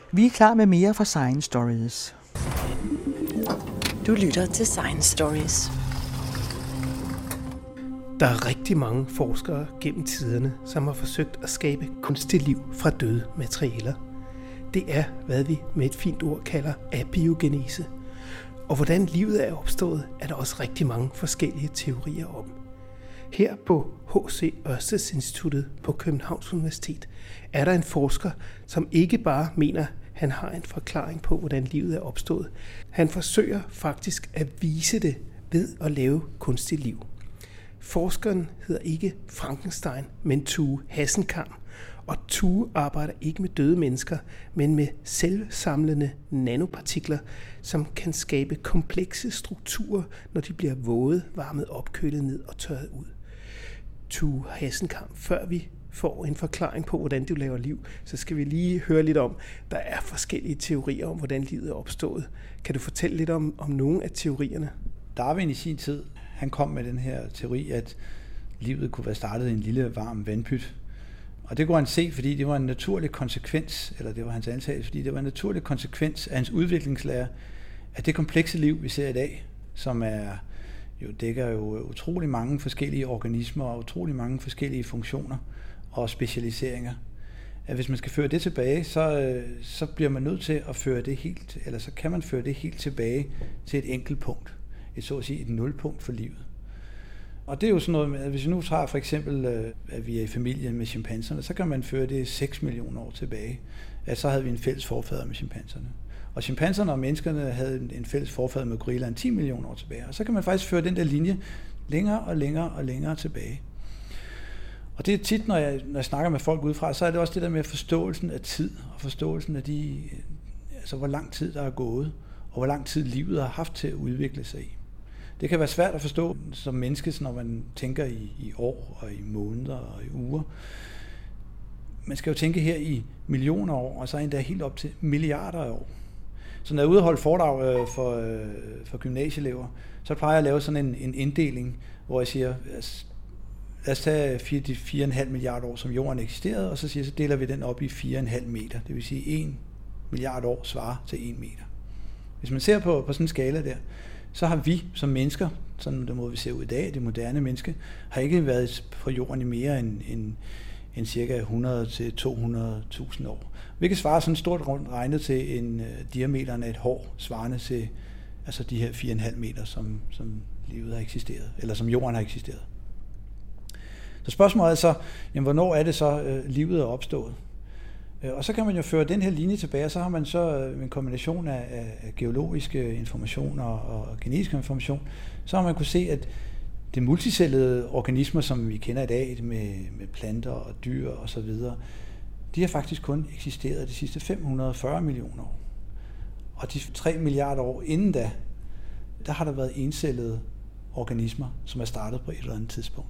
Vi er klar med mere fra Science Stories. Du lytter til Science Stories. Der er rigtig mange forskere gennem tiderne, som har forsøgt at skabe kunstigt liv fra døde materialer. Det er, hvad vi med et fint ord kalder abiogenese. Og hvordan livet er opstået, er der også rigtig mange forskellige teorier om. Her på H.C. Ørsteds Instituttet på Københavns Universitet er der en forsker, som ikke bare mener, han har en forklaring på, hvordan livet er opstået. Han forsøger faktisk at vise det ved at lave kunstigt liv. Forskeren hedder ikke Frankenstein, men Tue Hassenkam. Og Tue arbejder ikke med døde mennesker, men med selvsamlende nanopartikler, som kan skabe komplekse strukturer, når de bliver våde, varmet op, kølet ned og tørret ud. Tue Hassenkam, før vi får en forklaring på, hvordan du laver liv, så skal vi lige høre lidt om, der er forskellige teorier om, hvordan livet er opstået. Kan du fortælle lidt om nogle af teorierne? Darwin i sin tid, han kom med den her teori, at livet kunne være startet i en lille varm vandpyt. Og det kunne han se, fordi det var en naturlig konsekvens, eller det var hans antagelse, fordi det var en naturlig konsekvens af hans udviklingslære, at det komplekse liv, vi ser i dag, som dækker utrolig mange forskellige organismer og utrolig mange forskellige funktioner og specialiseringer. At hvis man skal føre det tilbage, så bliver man nødt til at føre det helt, eller så kan man føre det helt tilbage til et enkelt punkt. Så at sige et nulpunkt for livet. Og det er jo sådan noget med, at hvis vi nu tager for eksempel, at vi er i familie med chimpanserne, så kan man føre det 6 millioner år tilbage. At så havde vi en fælles forfader med chimpanserne. Og chimpanserne og menneskerne havde en fælles forfader med gorillaen 10 millioner år tilbage. Og så kan man faktisk føre den der linje længere og længere og længere tilbage. Og det er tit, når jeg snakker med folk udefra, så er det også det der med forståelsen af tid, og forståelsen af hvor lang tid der er gået, og hvor lang tid livet har haft til at udvikle sig i. Det kan være svært at forstå som menneske, når man tænker i år og i måneder og i uger. Man skal jo tænke her i millioner år, og så endda helt op til milliarder af år. Så når jeg er ude og holde foredrag for gymnasieelever, så plejer jeg at lave sådan en inddeling, hvor jeg siger, lad os tage de 4,5 milliarder år, som jorden eksisterede, og så deler vi den op i 4,5 meter. Det vil sige 1 milliard år svarer til 1 meter. Hvis man ser på sådan en skala der, så har vi som mennesker, sådan den måde vi ser ud i dag, det moderne menneske, har ikke været på jorden i mere end cirka 100-200.000 år. Hvilket svarer sådan stort rundt regnet til en diameteren af et hår, svarende til altså de her 4,5 meter, som livet har eksisteret, eller som jorden har eksisteret. Så spørgsmålet er så, jamen, hvornår er det så, livet er opstået? Og så kan man jo føre den her linje tilbage, og så har man så en kombination af geologiske informationer og genetisk information, så har man kunne se, at det multicellede organismer, som vi kender i dag, med planter og dyr og så videre, de har faktisk kun eksisteret de sidste 540 millioner år. Og de 3 milliarder år inden da, der har der været encellede organismer, som er startet på et eller andet tidspunkt.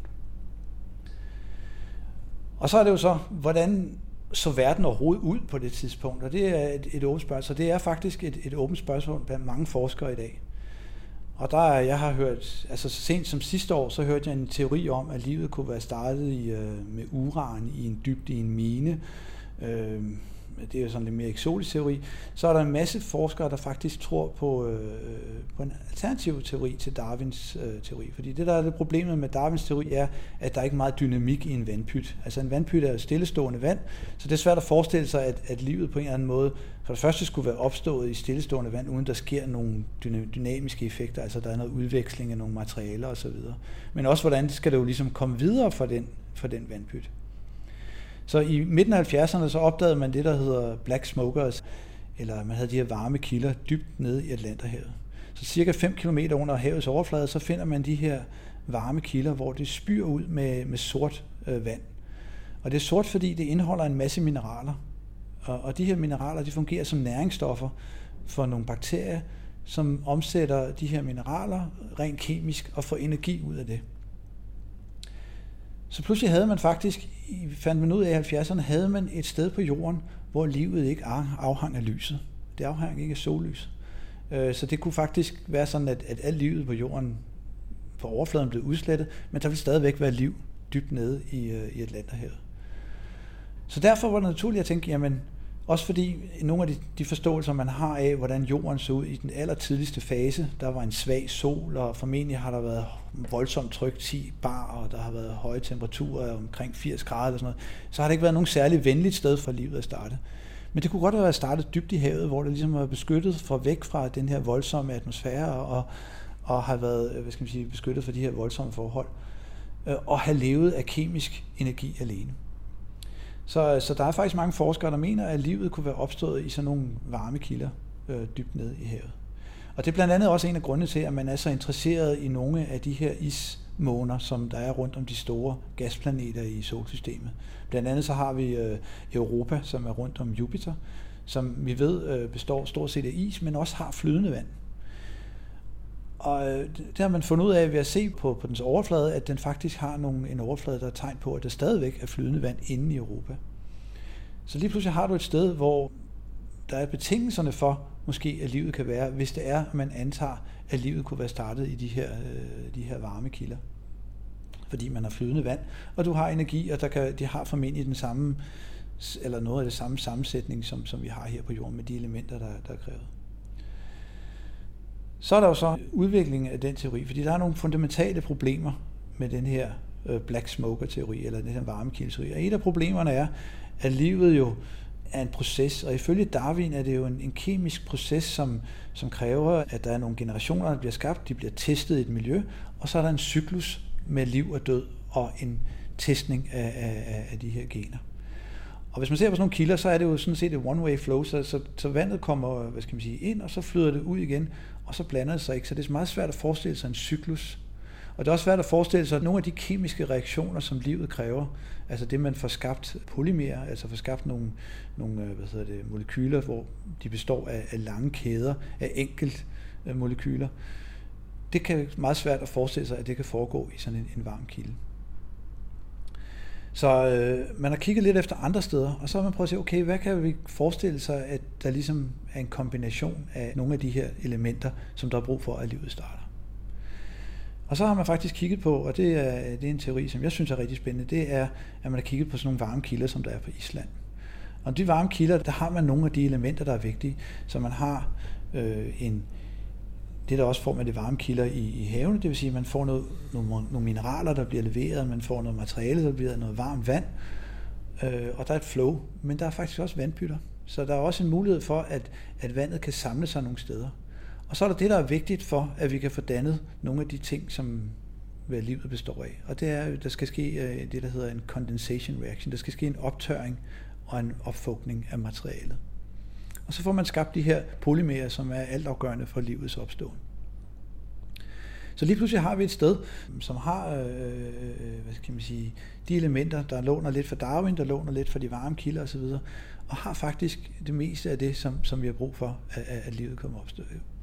Og så er det jo så, hvordan så verden overhovedet ud på det tidspunkt, og det er et åbent spørgsmål. Så det er faktisk et åbent spørgsmål blandt mange forskere i dag. Og jeg har hørt, altså så sent som sidste år, så hørte jeg en teori om, at livet kunne være startet med uran i en dybde i en mine. Det er jo sådan lidt mere eksotisk teori. Så er der en masse forskere, der faktisk tror på en alternativ teori til Darwins teori. Fordi det, der er det problemet med Darwins teori, er, at der er ikke meget dynamik i en vandpyt. Altså en vandpyt er stillestående vand, så det er svært at forestille sig, at livet på en eller anden måde for det første skulle være opstået i stillestående vand, uden der sker nogle dynamiske effekter, altså der er noget udveksling af nogle materialer osv. Men også, hvordan skal det jo ligesom komme videre for den vandpyt. Så i midten af 70'erne så opdagede man det, der hedder black smokers, eller man havde de her varme kilder dybt nede i Atlanterhavet. Så cirka 5 km under havets overflade, så finder man de her varme kilder, hvor det spyr ud med sort vand. Og det er sort, fordi det indeholder en masse mineraler. Og de her mineraler, de fungerer som næringsstoffer for nogle bakterier, som omsætter de her mineraler rent kemisk og får energi ud af det. Så pludselig havde man faktisk, fandt man ud af i 70'erne, havde man et sted på jorden, hvor livet ikke afhang af lyset. Det afhang ikke af sollys. Så det kunne faktisk være sådan, at alt livet på jorden på overfladen blev udslettet, men der ville stadigvæk være liv dybt nede i Atlanterhavet. Så derfor var det naturligt at tænke, jamen Også fordi nogle af de forståelser, man har af, hvordan jorden så ud i den allertidligste fase, der var en svag sol, og formentlig har der været voldsomt tryk, 10 bar, og der har været høje temperaturer omkring 80 grader eller sådan noget, så har det ikke været nogen særlig venligt sted for livet at starte. Men det kunne godt have været startet dybt i havet, hvor det ligesom var beskyttet fra væk fra den her voldsomme atmosfære, og har været beskyttet fra de her voldsomme forhold, og have levet af kemisk energi alene. Så der er faktisk mange forskere, der mener, at livet kunne være opstået i sådan nogle varme kilder dybt nede i havet. Og det er blandt andet også en af grundene til, at man er så interesseret i nogle af de her ismåner, som der er rundt om de store gasplaneter i solsystemet. Blandt andet så har vi Europa, som er rundt om Jupiter, som vi ved består stort set af is, men også har flydende vand. Og det har man fundet ud af ved at se på dens overflade, at den faktisk har en overflade, der er tegn på, at der stadigvæk er flydende vand inde i Europa. Så lige pludselig har du et sted, hvor der er betingelserne for, måske at livet kan være, hvis det er, at man antager, at livet kunne være startet i de her varme kilder. Fordi man har flydende vand, og du har energi, og de har formentlig den samme, eller noget af det samme sammensætning, som vi har her på jorden, med de elementer, der er krævet. Så er der jo så udviklingen af den teori, fordi der er nogle fundamentale problemer med den her black smoker-teori, eller den her varmekildeteori. Og et af problemerne er, at livet jo er en proces, og ifølge Darwin er det jo en kemisk proces, som kræver, at der er nogle generationer, der bliver skabt, de bliver testet i et miljø, og så er der en cyklus med liv og død, og en testning af de her gener. Og hvis man ser på sådan nogle kilder, så er det jo sådan set et one-way flow, så vandet kommer, ind, og så flyder det ud igen, og så blander det sig ikke. Så det er meget svært at forestille sig en cyklus. Og det er også svært at forestille sig, at nogle af de kemiske reaktioner, som livet kræver, altså det, man får skabt polymerer, altså får skabt nogle molekyler, hvor de består af lange kæder af enkelt molekyler, det kan meget svært at forestille sig, at det kan foregå i sådan en varm kilde. Så man har kigget lidt efter andre steder, og så har man prøvet at se, okay, hvad kan vi forestille sig, at der ligesom er en kombination af nogle af de her elementer, som der er brug for, at livet starter. Og så har man faktisk kigget på, og det er en teori, som jeg synes er rigtig spændende, det er, at man har kigget på sådan nogle varme kilder, som der er på Island. Og de varme kilder, der har man nogle af de elementer, der er vigtige, så man har det der også får med de varme kilder i havene, det vil sige, at man får nogle mineraler, der bliver leveret, man får noget materiale, der bliver noget varmt vand, og der er et flow, men der er faktisk også vandpytter. Så der er også en mulighed for, at vandet kan samle sig nogle steder. Og så er der det, der er vigtigt for, at vi kan få dannet nogle af de ting, som livet består af. Og det er, at der skal ske det, der hedder en condensation reaction. Der skal ske en optørring og en opfugning af materialet. Og så får man skabt de her polymerer, som er altafgørende for livets opståen. Så lige pludselig har vi et sted, som har de elementer, der låner lidt fra Darwin, der låner lidt fra de varme kilder osv., og har faktisk det meste af det, som vi har brug for, at livet kommer opstå.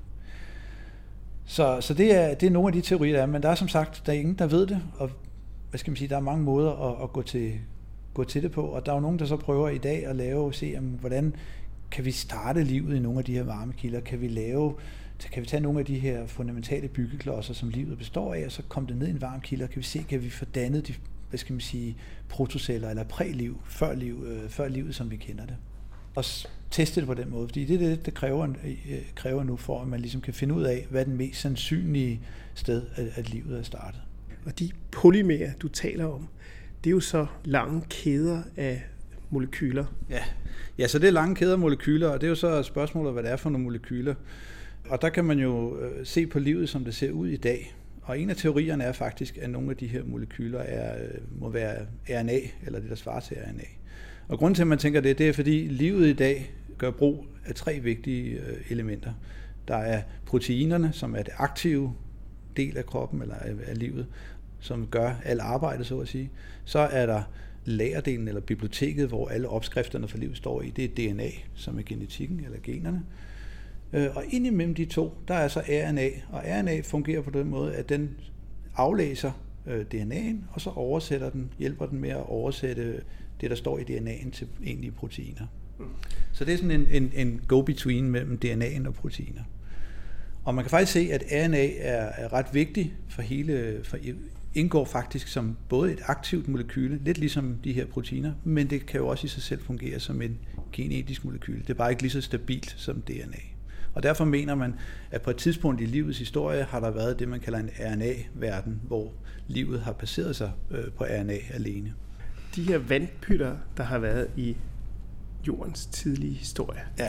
Så det er nogle af de teorier, der er, men der er som sagt, der er ingen, der ved det, og der er mange måder at gå til det på, og der er jo nogen, der så prøver i dag at se, hvordan kan vi starte livet i nogle af de her varme kilder, kan vi tage nogle af de her fundamentale byggeklodser, som livet består af, og så komme det ned i en varm kilde, og kan vi få dannet de, protoceller, eller præliv, før livet, som vi kender det. Og teste det på den måde, fordi det er det kræver nu, for at man ligesom kan finde ud af, hvad er den mest sandsynlige sted, at livet er startet. Og de polymerer, du taler om, det er jo så lange kæder af molekyler. Ja, så det er lange kæder af molekyler, og det er jo så spørgsmålet, hvad det er for nogle molekyler. Og der kan man jo se på livet, som det ser ud i dag. Og en af teorierne er faktisk, at nogle af de her molekyler må være RNA, eller det, der svarer til RNA. Og grunden til, at man tænker det er, fordi livet i dag gør brug af 3 vigtige elementer. Der er proteinerne, som er det aktive del af kroppen, eller af livet, som gør alt arbejdet, så at sige. Så er der lagerdelen, eller biblioteket, hvor alle opskrifterne for livet står i. Det er DNA, som er genetikken, eller generne. Og indimellem de to, der er så RNA, og RNA fungerer på den måde, at den aflæser DNA'en, og så hjælper den med at oversætte det, der står i DNA'en til egentlige proteiner. Så det er sådan en go-between mellem DNA'en og proteiner. Og man kan faktisk se, at RNA er ret vigtig indgår faktisk som både et aktivt molekyle, lidt ligesom de her proteiner, men det kan jo også i sig selv fungere som en genetisk molekyle. Det er bare ikke lige så stabilt som DNA. Og derfor mener man, at på et tidspunkt i livets historie har der været det, man kalder en RNA-verden, hvor livet har baseret sig på RNA alene. De her vandpytter, der har været i jordens tidlige historie. Ja.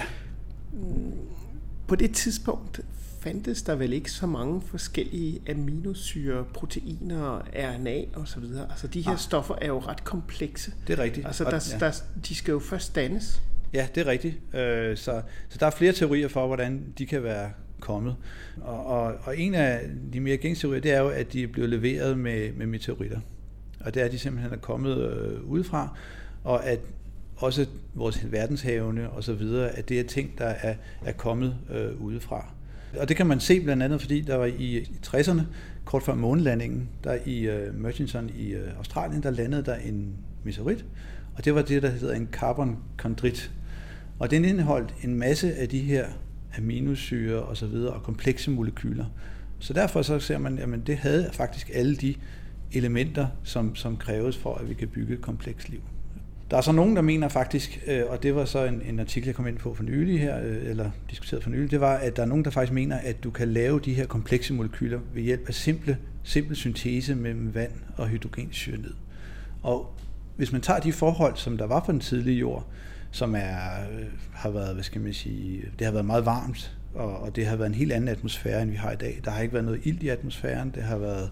På det tidspunkt fandtes der vel ikke så mange forskellige aminosyrer, proteiner, RNA og så videre. Altså de her stoffer er jo ret komplekse. Det er rigtigt. Altså de skal jo først dannes. Ja, det er rigtigt. Så der er flere teorier for, hvordan de kan være kommet. Og en af de mere gængse teorier, det er jo, at de er blevet leveret med meteoritter. Og det er, at de simpelthen er kommet udefra, og at også vores verdenshavene og så videre, at det er ting, der er kommet udefra. Og det kan man se blandt andet, fordi der var i 60'erne, kort før månelandingen, der i Murchison i Australien, der landede der en meteorit, og det var det, der hedder en carbonkondrit. Og den indeholdt en masse af de her aminosyrer og så videre, og komplekse molekyler. Så derfor så ser man, at det havde faktisk alle de elementer, som kræves for, at vi kan bygge et komplekst liv. Der er så nogen, der mener faktisk, og det var så en artikel, jeg kom ind på for nylig her, eller diskuteret for nylig, det var, at der er nogen, der faktisk mener, at du kan lave de her komplekse molekyler ved hjælp af simpel syntese mellem vand og hydrogencyanid. Og hvis man tager de forhold, som der var på den tidlige jord, som har været, det har været meget varmt, og det har været en helt anden atmosfære, end vi har i dag. Der har ikke været noget ilt i atmosfæren, det har været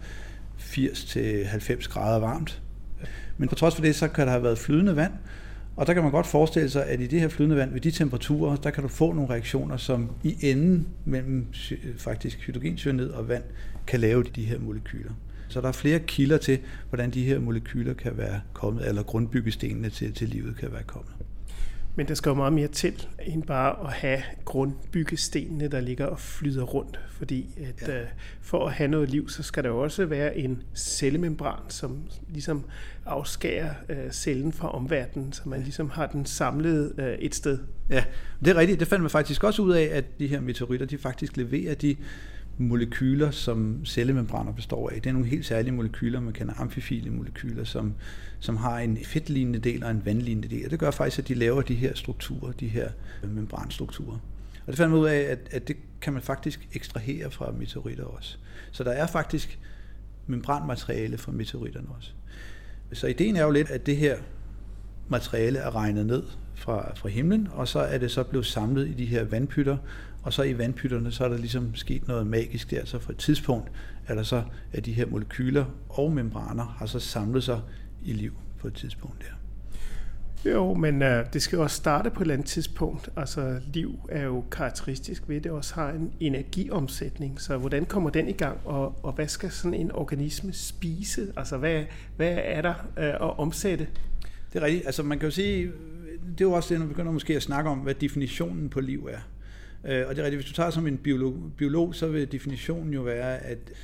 80-90 grader varmt. Men på trods for det, så kan der have været flydende vand, og der kan man godt forestille sig, at i det her flydende vand, ved de temperaturer, der kan du få nogle reaktioner, som i enden mellem faktisk hydrogencyanid og vand, kan lave de her molekyler. Så der er flere kilder til, hvordan de her molekyler kan være kommet, eller grundbyggestenene til livet kan være kommet. Men der skal jo meget mere til, end bare at have grundbyggestenene, der ligger og flyder rundt. Fordi for at have noget liv, så skal der jo også være en cellemembran, som ligesom afskærer cellen fra omverdenen, så man ligesom har den samlet et sted. Ja, det er rigtigt. Det fandt man faktisk også ud af, at de her meteoritter, de faktisk leverer de molekyler, som cellemembraner består af. Det er nogle helt særlige molekyler, man kalder amfifile molekyler, som har en fedtlignende del og en vandlignende del. Og det gør faktisk, at de laver de her strukturer, de her membranstrukturer. Og det fandt man ud af, at det kan man faktisk ekstrahere fra meteoritter også. Så der er faktisk membranmateriale fra meteoritterne også. Så ideen er jo lidt, at det her materiale er regnet ned fra himlen, og så er det så blevet samlet i de her vandpytter, og så i vandpytterne, så er der ligesom sket noget magisk der, så for et tidspunkt er der så, at de her molekyler og membraner har så samlet sig i liv på et tidspunkt der. Jo, men det skal jo også starte på et eller andet tidspunkt. Altså liv er jo karakteristisk ved, at det også har en energiomsætning. Så hvordan kommer den i gang, og hvad skal sådan en organisme spise? Altså hvad er der at omsætte? Det er rigtigt. Altså man kan jo sige, det er jo også det, når vi begynder måske at snakke om, hvad definitionen på liv er. Og det er rigtigt, hvis du tager som en biolog, så vil definitionen jo være,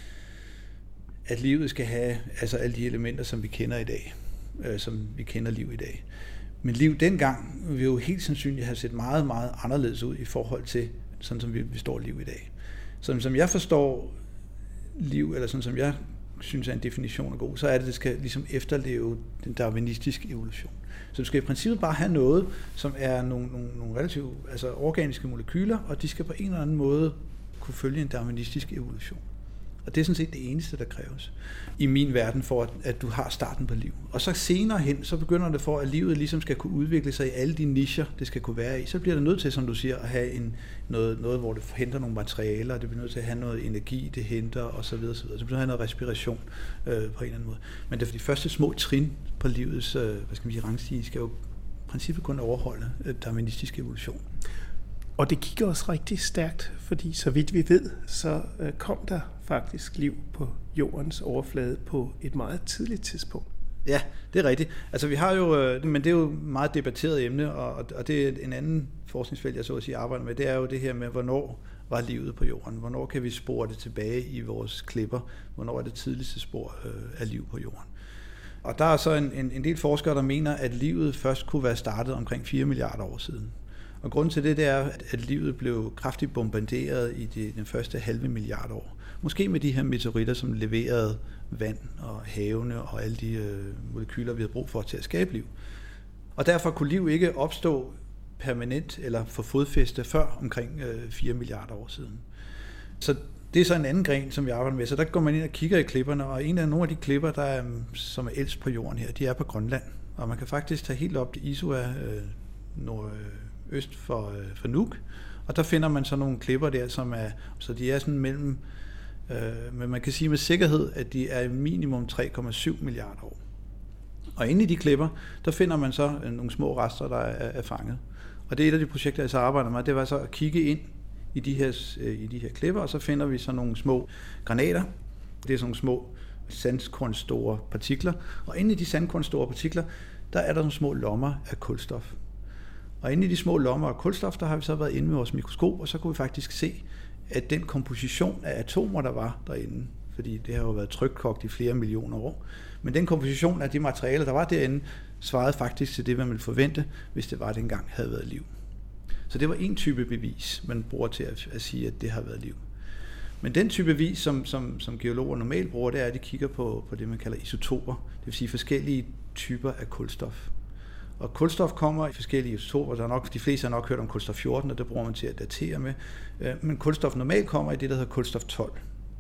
at livet skal have altså alle de elementer, som vi kender i dag, som vi kender liv i dag. Men liv dengang vil jo helt sandsynligt have set meget, meget anderledes ud i forhold til, sådan som vi forstår liv i dag. Sådan som jeg forstår liv, eller sådan som jeg synes er en definition er god, så er det skal ligesom efterleve den darwinistiske evolution. Så du skal i princippet bare have noget, som er nogle relativt organiske molekyler, og de skal på en eller anden måde kunne følge en darwinistisk evolution. Og det er sådan set det eneste, der kræves i min verden for, at du har starten på liv. Og så senere hen, så begynder det for, at livet ligesom skal kunne udvikle sig i alle de nicher, det skal kunne være i. Så bliver det nødt til, som du siger, at have noget, hvor det henter nogle materialer, det bliver nødt til at have noget energi, det henter osv. Så bliver det have noget respiration på en eller anden måde. Men det er de første små trin på livets rangstige, skal jo i princippet kun overholde darwinistisk evolution. Og det gik også rigtig stærkt, fordi så vidt vi ved, så kom der faktisk liv på jordens overflade på et meget tidligt tidspunkt. Ja, det er rigtigt. Altså vi har jo, men det er jo et meget debatteret emne, og det er en anden forskningsfelt, jeg så at sige arbejder med, det er jo det her med, hvornår var livet på jorden? Hvornår kan vi spore det tilbage i vores klipper? Hvornår er det tidligste spor af liv på jorden? Og der er så en del forskere, der mener, at livet først kunne være startet omkring 4 milliarder år siden. Og grunden til det er, at livet blev kraftigt bombarderet i den første halve milliard år. Måske med de her meteoritter, som leverede vand og havene og alle de molekyler, vi havde brug for til at skabe liv. Og derfor kunne liv ikke opstå permanent eller få fodfæste før omkring 4 milliarder år siden. Så det er så en anden gren, som vi arbejder med. Så der går man ind og kigger i klipperne, og nogle af de klipper, som er ældst på jorden her, de er på Grønland. Og man kan faktisk tage helt op til Isua, nordøst for Nuuk, og der finder man så nogle klipper der, så de er sådan mellem, men man kan sige med sikkerhed, at de er minimum 3,7 milliarder år. Og inde i de klipper, der finder man så nogle små rester, der er fanget. Og det er et af de projekter, jeg så arbejder med, det var så at kigge ind i de her klipper, og så finder vi så nogle små granater. Det er sådan nogle små sandkornstore partikler. Og inde i de sandkornstore partikler, der er der nogle små lommer af kulstof. Og inde i de små lommer af kulstof, der har vi så været inde med vores mikroskop, og så kunne vi faktisk se, at den komposition af atomer, der var derinde, fordi det har jo været trykkogt i flere millioner år, men den komposition af de materialer, der var derinde, svarede faktisk til det, man ville forvente, hvis det var, det engang havde været liv. Så det var en type bevis, man bruger til at sige, at det har været liv. Men den type bevis, som geologer normalt bruger, det er, at de kigger på det, man kalder isotoper, det vil sige forskellige typer af kulstof. Og kulstof kommer i forskellige isotoper. De fleste har nok hørt om kulstof 14, og det bruger man til at datere med. Men kulstof normalt kommer i det, der hedder kulstof 12.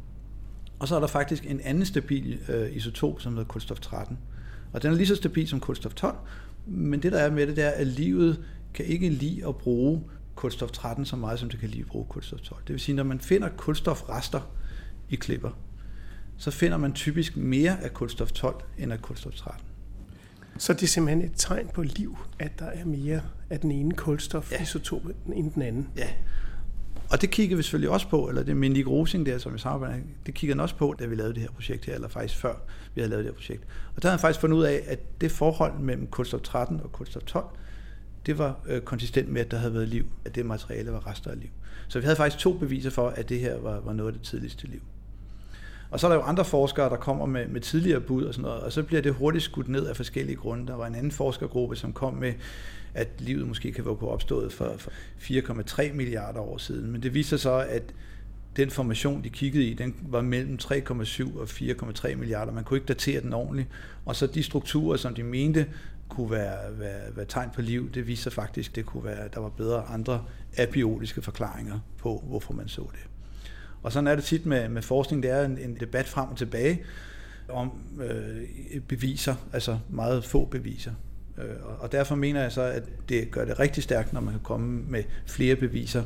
Og så er der faktisk en anden stabil isotop, som hedder kulstof 13. Og den er lige så stabil som kulstof 12, men det der er med det, er, at livet kan ikke lide at bruge kulstof 13 så meget, som det kan lide at bruge kulstof 12. Det vil sige, når man finder kulstofrester i klipper, så finder man typisk mere af kulstof 12 end af kulstof 13. Så det er simpelthen et tegn på liv, at der er mere af den ene kulstofisotop end den anden? Ja. Og det kigger vi selvfølgelig også på, eller det med Nick Rosing der, som vi samarbejder, det kigger han også på, da vi lavede det her projekt her, eller faktisk før vi havde lavet det her projekt. Og der havde han faktisk fundet ud af, at det forhold mellem kulstof 13 og kulstof 12, det var konsistent med, at der havde været liv, at det materiale var rester af liv. Så vi havde faktisk 2 beviser for, at det her var noget af det tidligste liv. Og så er der jo andre forskere, der kommer med tidligere bud og sådan noget, og så bliver det hurtigt skudt ned af forskellige grunde. Der var en anden forskergruppe, som kom med, at livet måske kan være opstået for 4,3 milliarder år siden. Men det viser så, at den formation, de kiggede i, den var mellem 3,7 og 4,3 milliarder. Man kunne ikke datere den ordentligt. Og så de strukturer, som de mente kunne være tegn på liv, det viser faktisk, det kunne være, at der var bedre andre abiotiske forklaringer på, hvorfor man så det. Og sådan er det tit med forskning, det er en debat frem og tilbage om beviser, altså meget få beviser. Og derfor mener jeg så, at det gør det rigtig stærkt, når man kan komme med flere beviser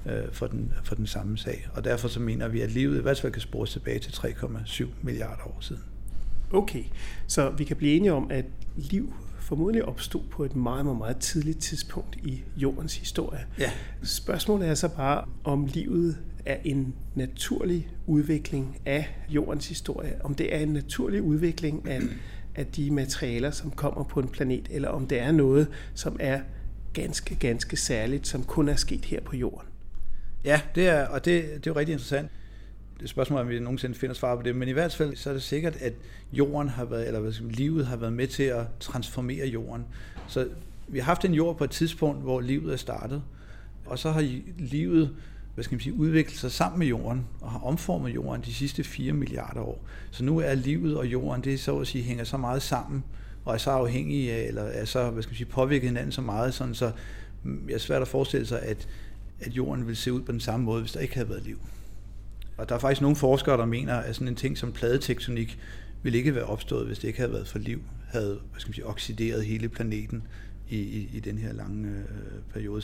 for den samme sag. Og derfor så mener vi, at livet i hvert fald kan spores tilbage til 3,7 milliarder år siden. Okay, så vi kan blive enige om, at liv formodentlig opstod på et meget, meget, meget tidligt tidspunkt i jordens historie. Ja. Spørgsmålet er så bare, om livet er en naturlig udvikling af jordens historie, om det er en naturlig udvikling af de materialer, som kommer på en planet, eller om det er noget, som er ganske, ganske særligt, som kun er sket her på jorden. Ja, det er jo rigtig interessant. Det er spørgsmålet, om vi nogensinde finder svar på det, men i hvert fald så er det sikkert, at jorden har været, eller livet har været med til at transformere jorden. Så vi har haft en jord på et tidspunkt, hvor livet er startet, og så har livet udviklet sig sammen med jorden og har omformet jorden de sidste 4 milliarder år. Så nu er livet og jorden, det så at sige hænger så meget sammen og er så afhængige af, eller er så påvirket hinanden så meget, sådan så det er svært at forestille sig, at jorden vil se ud på den samme måde, hvis der ikke havde været liv. Og der er faktisk nogle forskere, der mener, at sådan en ting som pladetektonik ville ikke være opstået, hvis det ikke havde været for liv, havde oxideret hele planeten i den her lange periode,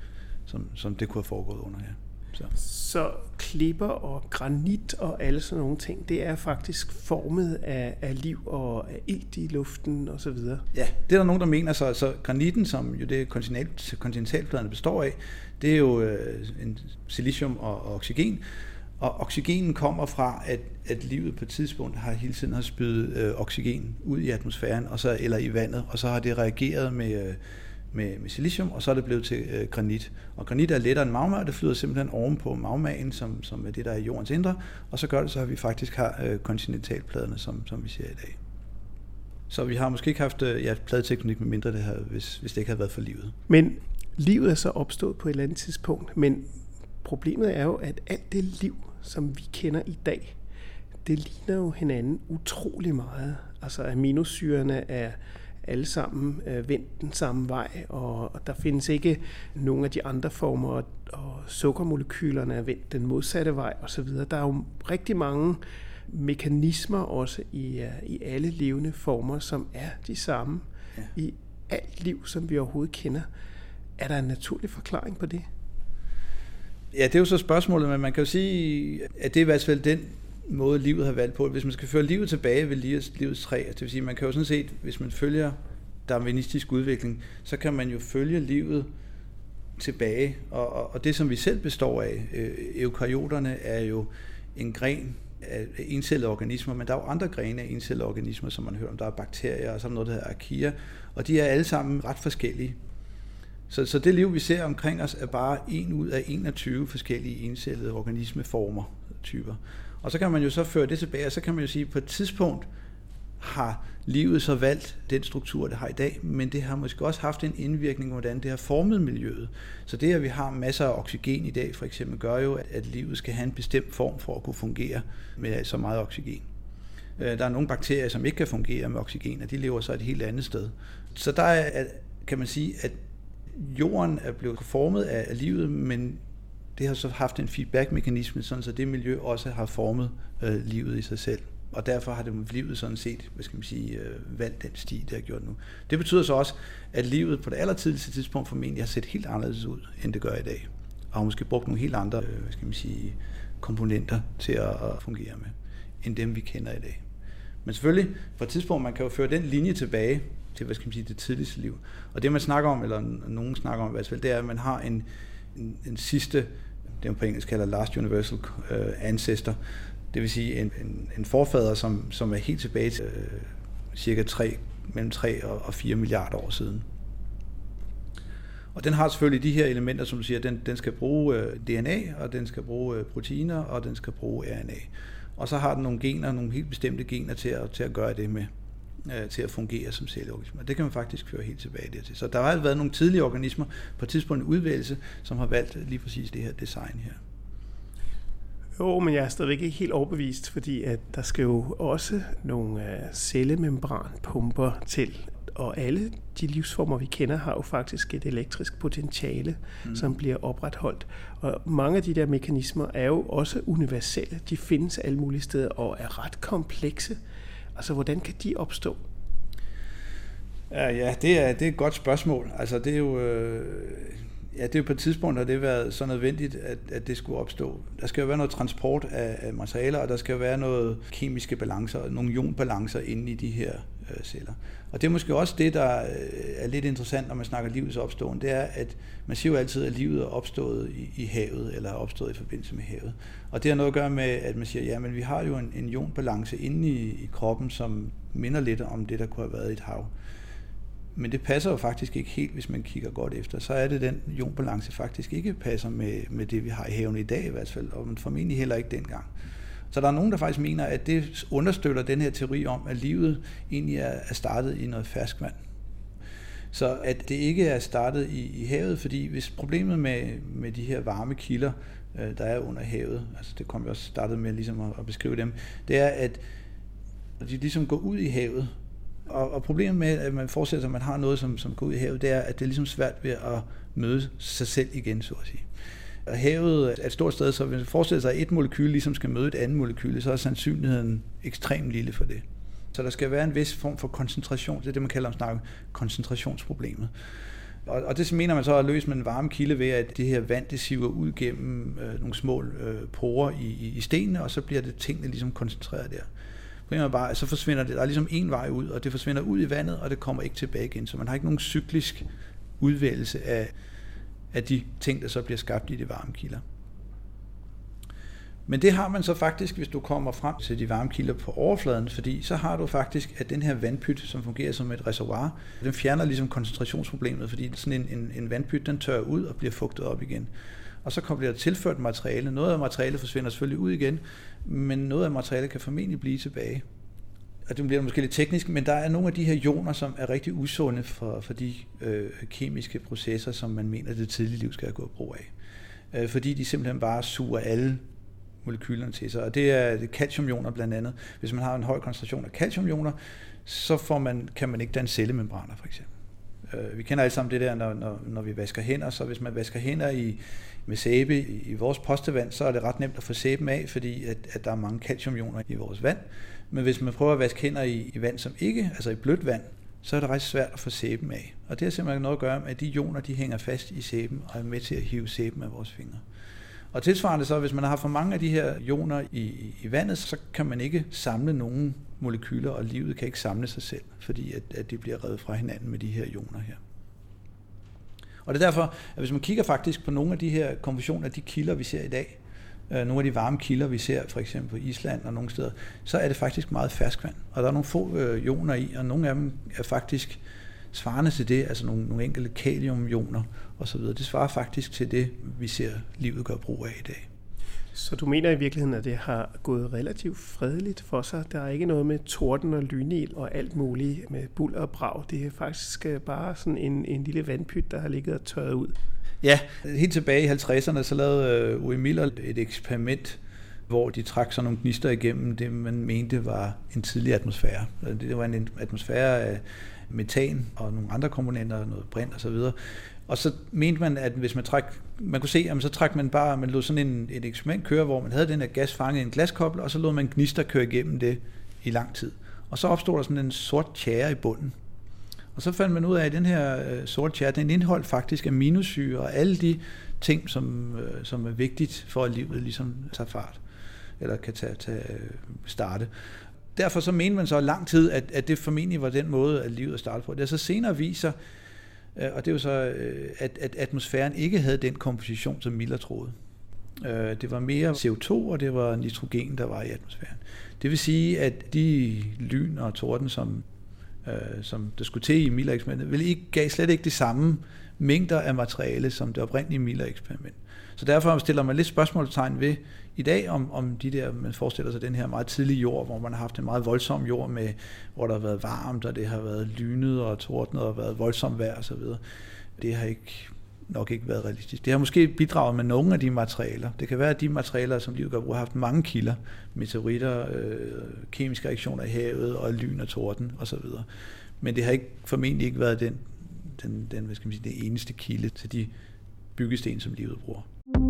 som det kunne have foregået under her. Så klipper og granit og alle sådan nogle ting, det er faktisk formet af liv og af ilt i luften og så videre. Ja, det er der nogen, der mener. Så granitten, som jo det kontinentalpladerne består af, det er jo en silicium og oxygen. Og oxygenen kommer fra, at livet på et tidspunkt hele tiden har spydet oxygen ud i atmosfæren eller i vandet, og så har det reageret med silicium, og så er det blevet til granit. Og granit er lettere end magma, og det flyder simpelthen ovenpå magmaen, som er det, der er i jordens indre, og så gør det så, at vi faktisk har kontinentalpladerne, som vi ser i dag. Så vi har måske ikke haft pladetektonik med mindre det her, hvis det ikke havde været for livet. Men livet er så opstået på et eller andet tidspunkt, men problemet er jo, at alt det liv, som vi kender i dag, det ligner jo hinanden utrolig meget. Altså aminosyrene er alle sammen vendt den samme vej, og der findes ikke nogen af de andre former, og sukkermolekylerne er vendt den modsatte vej osv. Der er jo rigtig mange mekanismer også i alle levende former, som er de samme i alt liv, som vi overhovedet kender. Er der en naturlig forklaring på det? Ja, det er jo så spørgsmålet, men man kan jo sige, at det er i hvert fald den måde, livet har valgt på. Hvis man skal føre livet tilbage ved livets træ, det vil sige, man kan jo sådan set, hvis man følger darwinistisk udvikling, så kan man jo følge livet tilbage, og det, som vi selv består af, eukaryoterne, er jo en gren af encellede organismer, men der er jo andre grene af encellede organismer, som man hører om. Der er bakterier, og så er noget, der hedder archaea, og de er alle sammen ret forskellige. Så det liv, vi ser omkring os, er bare en ud af 21 forskellige encellede organismeformer, typer. Og så kan man jo så føre det tilbage, og så kan man jo sige, at på et tidspunkt har livet så valgt den struktur, det har i dag, men det har måske også haft en indvirkning, hvordan det har formet miljøet. Så det, at vi har masser af oxygen i dag, for eksempel, gør jo, at livet skal have en bestemt form for at kunne fungere med så meget oxygen. Der er nogle bakterier, som ikke kan fungere med oxygen, og de lever så et helt andet sted. Så der er, kan man sige, at jorden er blevet formet af livet, men det har så haft en feedback-mekanisme, sådan så det miljø også har formet livet i sig selv. Og derfor har det livet sådan set, valgt den sti, det har gjort nu. Det betyder så også, at livet på det allertidligste tidspunkt formentlig har set helt anderledes ud, end det gør i dag. Og har måske brugt nogle helt andre, komponenter til at fungere med, end dem vi kender i dag. Men selvfølgelig, på et tidspunkt, man kan jo føre den linje tilbage til, det tidligste liv. Og det man snakker om, eller nogen snakker om i hvert fald, det er, at man har en sidste, det man på engelsk kalder last universal ancestor, det vil sige en forfader, som er helt tilbage til cirka mellem 3 og 4 milliarder år siden. Og den har selvfølgelig de her elementer, som du siger, den skal bruge DNA, og den skal bruge proteiner, og den skal bruge RNA. Og så har den nogle gener, nogle helt bestemte gener til at gøre det med, til at fungere som celleorganismer. Det kan man faktisk føre helt tilbage dertil. Så der har været nogle tidlige organismer på et tidspunkt en udvælgelse, som har valgt lige præcis det her design her. Jo, men jeg er stadigvæk ikke helt overbevist, fordi at der skal jo også nogle cellemembranpumper til, og alle de livsformer, vi kender, har jo faktisk et elektrisk potentiale, som bliver opretholdt. Og mange af de der mekanismer er jo også universelle. De findes alle mulige steder og er ret komplekse. Altså, hvordan kan de opstå? Ja, det er et godt spørgsmål. Altså, det er jo... det er jo på et tidspunkt, har det været så nødvendigt, at det skulle opstå. Der skal jo være noget transport af materialer, og der skal jo være noget kemiske balancer, nogle ionbalancer inde i de her celler. Og det er måske også det, der er lidt interessant, når man snakker livets opståen, det er, at man siger jo altid, at livet er opstået i havet, eller er opstået i forbindelse med havet. Og det har noget at gøre med, at man siger, ja, men vi har jo en ionbalance inde i kroppen, som minder lidt om det, der kunne have været i et hav. Men det passer jo faktisk ikke helt, hvis man kigger godt efter. Så er det den ionbalance faktisk ikke passer med det, vi har i haven i dag i hvert fald, og man formentlig heller ikke dengang. Så der er nogen, der faktisk mener, at det understøtter den her teori om, at livet egentlig er startet i noget ferskvand. Så at det ikke er startet i havet, fordi hvis problemet med de her varme kilder, der er under havet, altså det kom vi også startet med ligesom at beskrive dem, det er, at de ligesom går ud i havet. Og problemet med, at man forestiller sig, at man har noget, som går ud i havet, det er, at det er ligesom svært ved at møde sig selv igen, så at sige. Og havet er et stort sted, så hvis man forestiller sig, at et molekyle ligesom skal møde et andet molekyle, så er sandsynligheden ekstremt lille for det. Så der skal være en vis form for koncentration, det er det, man kalder om koncentrationsproblemet. Og det mener man så at løse med en varme kilde ved, at det her vand, det siver ud gennem nogle små porer i stenene, og så bliver det tingene ligesom koncentreret der. Problemet er bare, at så forsvinder det, der er ligesom en vej ud, og det forsvinder ud i vandet, og det kommer ikke tilbage igen. Så man har ikke nogen cyklisk udvælgelse af de ting, der så bliver skabt i de varme kilder. Men det har man så faktisk, hvis du kommer frem til de varme kilder på overfladen, fordi så har du faktisk, at den her vandpyt, som fungerer som et reservoir, den fjerner ligesom koncentrationsproblemet, fordi sådan en vandpyt, den tørrer ud og bliver fugtet op igen. Og så bliver der tilført materiale. Noget af materialet forsvinder selvfølgelig ud igen, men noget af materialet kan formentlig blive tilbage. og det bliver måske lidt teknisk, men der er nogle af de her ioner, som er rigtig usunde for de kemiske processer, som man mener, det tidlige liv skal have gået brug af. Fordi de simpelthen bare suger alle molekylerne til sig, og det er calciumioner blandt andet. Hvis man har en høj koncentration af calciumioner, så kan man ikke danne cellemembraner, for eksempel. Vi kender alle sammen det der, når vi vasker hænder, så hvis man vasker hænder med sæbe i vores postevand, så er det ret nemt at få sæben af, fordi at der er mange calciumioner i vores vand. Men hvis man prøver at vaske hænder i vand, som ikke, altså i blødt vand, så er det ret svært at få sæben af. Og det har simpelthen noget at gøre med, at de ioner, de hænger fast i sæben og er med til at hive sæben af vores fingre. Og tilsvarende så, hvis man har for mange af de her ioner i vandet, så kan man ikke samle nogen molekyler, og livet kan ikke samle sig selv, fordi at de bliver revet fra hinanden med de her ioner her. Og det er derfor, at hvis man kigger faktisk på nogle af de her kompositioner af de kilder, vi ser i dag, nogle af de varme kilder, vi ser for eksempel på Island og nogle steder, så er det faktisk meget ferskvand. Og der er nogle få ioner i, og nogle af dem er faktisk svarende til det, altså nogle enkelte kaliumioner osv. Det svarer faktisk til det, vi ser livet gøre brug af i dag. Så du mener i virkeligheden, at det har gået relativt fredeligt for sig? Der er ikke noget med torden og lynild og alt muligt med bulder og brag. Det er faktisk bare sådan en lille vandpyt, der har ligget og tørret ud. Ja, helt tilbage i 50'erne, så lavede Uwe Miller et eksperiment, hvor de trak sådan nogle gnister igennem det, man mente var en tidlig atmosfære. Det var en atmosfære af metan og nogle andre komponenter, noget brint og så videre. Og så mente man, at hvis man kunne se, at så trak man bare, man lod sådan et eksperiment køre, hvor man havde den her gas fanget i en glaskoble, og så lod man gnister køre igennem det i lang tid. Og så opstod der sådan en sort tjære i bunden. Og så fandt man ud af, at den her sorte tjære, den indeholdt faktisk aminosyre og alle de ting, som er vigtigt for, at livet ligesom tager fart, eller kan starte. Derfor så mente man så lang tid, at det formentlig var den måde, at livet startede på. Det så senere viser, og det er jo så, at atmosfæren ikke havde den komposition, som Miller troede. Det var mere CO2, og det var nitrogen, der var i atmosfæren. Det vil sige, at de lyn og torden, som der skulle til i Miller-eksperimentet, gav slet ikke de samme mængder af materiale, som det oprindelige Miller-eksperiment. Så derfor stiller man lidt spørgsmålstegn ved i dag, om de der, man forestiller sig den her meget tidlige jord, hvor man har haft en meget voldsom jord, hvor der har været varmt, og det har været lynet og tordnet, og været voldsomt vejr osv. Det har nok ikke været realistisk. Det har måske bidraget med nogle af de materialer. Det kan være, at de materialer, som livet gør brug, har haft mange kilder, meteoritter, kemiske reaktioner i havet, og lyn og torden osv. Men det har formentlig ikke været den hvad skal man sige, det eneste kilde til de byggesten, som livet bruger.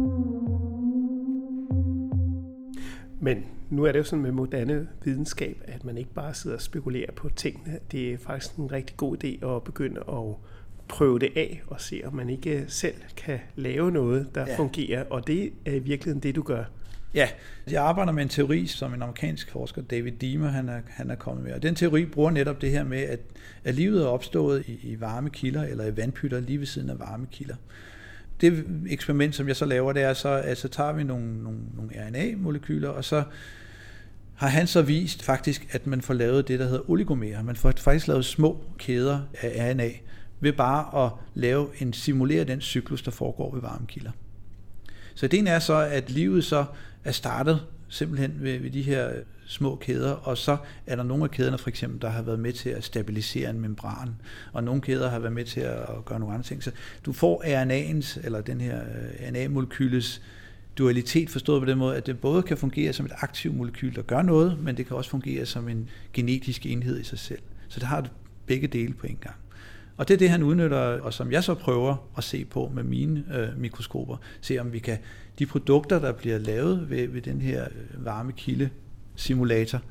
Men nu er det jo sådan med moderne videnskab, at man ikke bare sidder og spekulerer på tingene. Det er faktisk en rigtig god idé at begynde at prøve det af og se, om man ikke selv kan lave noget, der fungerer. Og det er i virkeligheden det, du gør. Ja, jeg arbejder med en teori, som en amerikansk forsker, David Deamer, han er kommet med. Og den teori bruger netop det her med, at livet er opstået i varme kilder, eller i vandpytter lige ved siden af varme kilder. Det eksperiment, som jeg så laver, det er så tager vi nogle RNA-molekyler, og så har han så vist faktisk, at man får lavet det, der hedder oligomerer. Man får faktisk lavet små kæder af RNA, ved bare at simulere den cyklus, der foregår ved varmekilder. Så ideen er så, at livet så er startet simpelthen ved de her små kæder, og så er der nogle af kæderne, for eksempel, der har været med til at stabilisere en membran, og nogle kæder har været med til at gøre nogle andre ting. Så du får RNA'ens, eller den her RNA-molekyles dualitet forstået på den måde, at det både kan fungere som et aktivt molekyl, der gør noget, men det kan også fungere som en genetisk enhed i sig selv. Så det har begge dele på en gang. Og det er det, han udnytter, og som jeg så prøver at se på med mine mikroskoper, se om vi kan, de produkter, der bliver lavet ved den her varmekilde-simulator,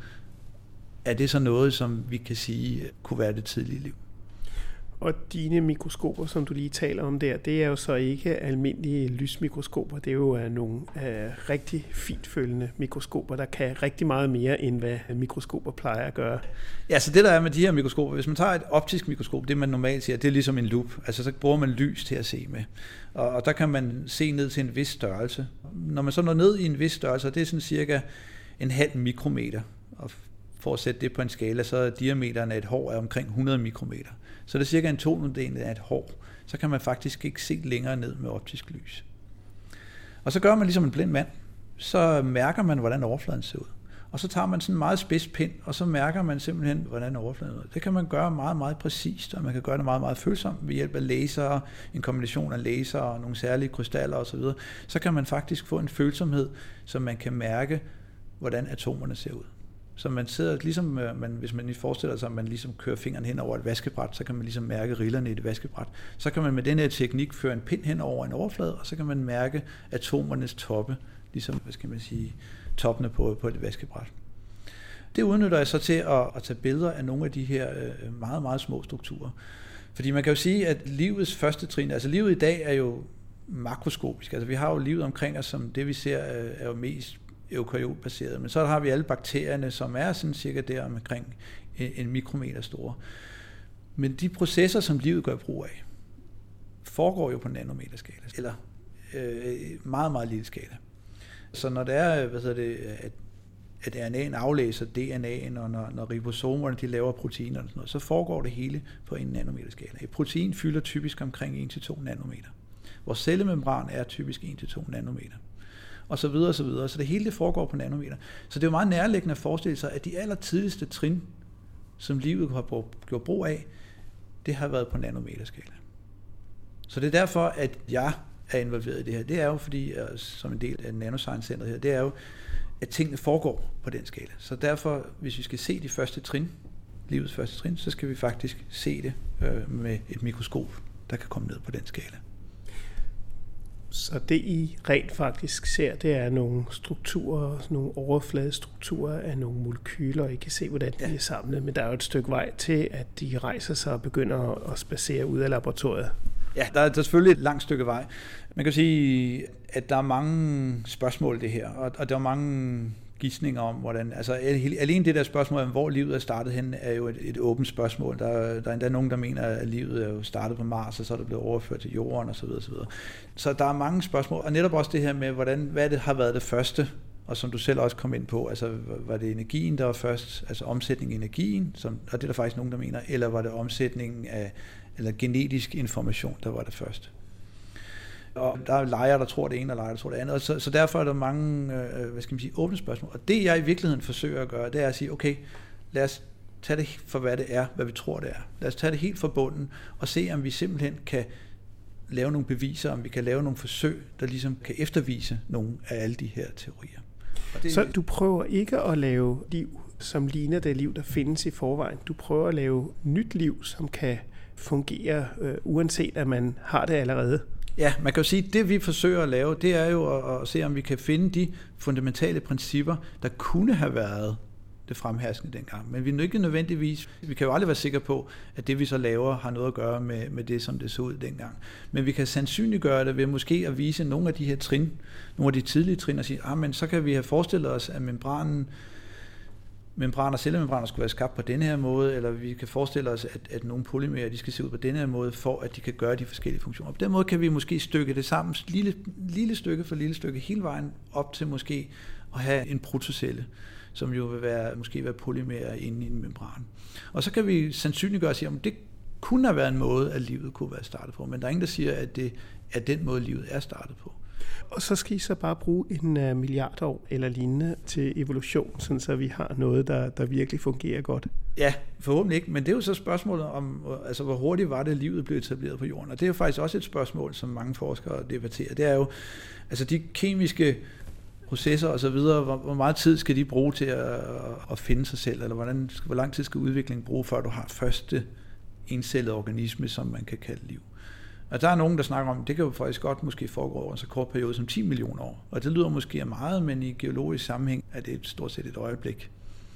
er det så noget, som vi kan sige kunne være det tidlige liv. Og dine mikroskoper, som du lige taler om der, det er jo så ikke almindelige lysmikroskoper. Det er jo nogle rigtig fintfølende mikroskoper, der kan rigtig meget mere, end hvad mikroskoper plejer at gøre. Ja, så det der er med de her mikroskoper, hvis man tager et optisk mikroskop, det man normalt siger, det er ligesom en lup. Altså så bruger man lys til at se med. Og der kan man se ned til en vis størrelse. Når man så når ned i en vis størrelse, det er sådan cirka en halv mikrometer. Og for at sætte det på en skala, så er diameteren af et hår omkring 100 mikrometer. Så det er cirka en 2/2 af et hår. Så kan man faktisk ikke se længere ned med optisk lys. Og så gør man ligesom en blind mand. Så mærker man, hvordan overfladen ser ud. Og så tager man sådan en meget spids pind, og så mærker man simpelthen, hvordan overfladen er. Det kan man gøre meget, meget præcist, og man kan gøre det meget, meget følsomt ved hjælp af laser, en kombination af laser og nogle særlige krystaller osv. Så kan man faktisk få en følsomhed, så man kan mærke, hvordan atomerne ser ud. Så man sidder ligesom, hvis man lige forestiller sig, at man ligesom kører fingeren hen over et vaskebræt, så kan man ligesom mærke rillerne i et vaskebræt. Så kan man med den her teknik føre en pind hen over en overflade, og så kan man mærke atomernes toppe, ligesom, toppene på et vaskebræt. Det udnytter jeg så til at tage billeder af nogle af de her meget, meget små strukturer. Fordi man kan jo sige, at livets første trin, altså livet i dag er jo makroskopisk. Altså vi har jo livet omkring os, som det vi ser er jo mest eukaryotbaseret. Men så har vi alle bakterierne, som er sådan cirka der omkring en mikrometer store. Men de processer, som livet gør brug af, foregår jo på nanometerskala, eller meget, meget lille skala. Så når det er, at RNA'en aflæser DNA'en, og når ribosomerne de laver proteiner og sådan noget, så foregår det hele på en nanometerskala. Et protein fylder typisk omkring 1-2 nanometer. Vores cellemembran er typisk 1-2 nanometer. Og så videre, og så videre. Så det hele det foregår på nanometer. Så det er jo meget nærliggende at forestille sig, at de allertidligste trin, som livet har gjort brug af, det har været på nanometerskala. Så det er derfor, at jeg er involveret i det her. Det er jo fordi, som en del af Nanoscience-centret her, det er jo, at tingene foregår på den skala. Så derfor, hvis vi skal se de første trin, livets første trin, så skal vi faktisk se det med et mikroskop, der kan komme ned på den skala. Så det I rent faktisk ser, det er nogle strukturer, nogle overfladestrukturer af nogle molekyler, I kan se, hvordan de er samlet, men der er jo et stykke vej til, at de rejser sig og begynder at spacere ud af laboratoriet. Ja, der er selvfølgelig et langt stykke vej. Man kan sige, at der er mange spørgsmål i det her, og der er mange gidsninger om, hvordan, altså alene det der spørgsmål om, hvor livet er startet hen, er jo et åbent spørgsmål. Der er endda nogen, der mener, at livet er jo startet på Mars, og så er det blevet overført til Jorden, osv. osv. Så der er mange spørgsmål, og netop også det her med, hvad det har været det første, og som du selv også kom ind på, altså var det energien, der var først, altså omsætning af energien, og det er der faktisk nogen, der mener, eller var det omsætningen af, eller genetisk information, der var det først. Og der er lejre, der tror det ene, og lejre, der tror det andet. Og så derfor er der mange, åbne spørgsmål. Og det, jeg i virkeligheden forsøger at gøre, det er at sige, okay, lad os tage det for, hvad det er, hvad vi tror, det er. Lad os tage det helt fra bunden, og se, om vi simpelthen kan lave nogle beviser, om vi kan lave nogle forsøg, der ligesom kan eftervise nogle af alle de her teorier. Så du prøver ikke at lave liv, som ligner det liv, der findes i forvejen. Du prøver at lave nyt liv, som kan fungere, uanset at man har det allerede. Ja, man kan jo sige, at det vi forsøger at lave, det er jo at se, om vi kan finde de fundamentale principper, der kunne have været det fremherskende dengang. Men vi er ikke nødvendigvis, vi kan jo aldrig være sikre på, at det vi så laver har noget at gøre med det, som det så ud dengang. Men vi kan sandsynliggøre det ved måske at vise nogle af de her trin, nogle af de tidlige trin, og sige, men så kan vi have forestillet os, at cellemembraner skulle være skabt på denne her måde, eller vi kan forestille os, at nogle polymerer, de skal se ud på denne her måde, for at de kan gøre de forskellige funktioner. På den måde kan vi måske stykke det sammen, lille stykke for lille stykke, hele vejen op til måske at have en protocelle, som jo vil måske være polymerer inde i en membran. Og så kan vi sandsynliggøre og sige, om det kunne have været en måde, at livet kunne være startet på, men der er ingen, der siger, at det er den måde, livet er startet på. Og så skal I så bare bruge 1 milliard år eller lignende til evolution, sådan så vi har noget, der virkelig fungerer godt. Ja, forhåbentlig ikke, men det er jo så spørgsmålet om, altså hvor hurtigt var det, livet blev etableret på jorden. Og det er jo faktisk også et spørgsmål, som mange forskere debatterer. Det er jo, altså de kemiske processer og så videre, hvor meget tid skal de bruge til at finde sig selv, eller hvor lang tid skal udviklingen bruge, før du har første encellede organisme, som man kan kalde liv. Og der er nogen, der snakker om, det kan jo faktisk godt måske foregå over en så kort periode som 10 millioner år. Og det lyder måske meget, men i geologisk sammenhæng er det stort set et øjeblik.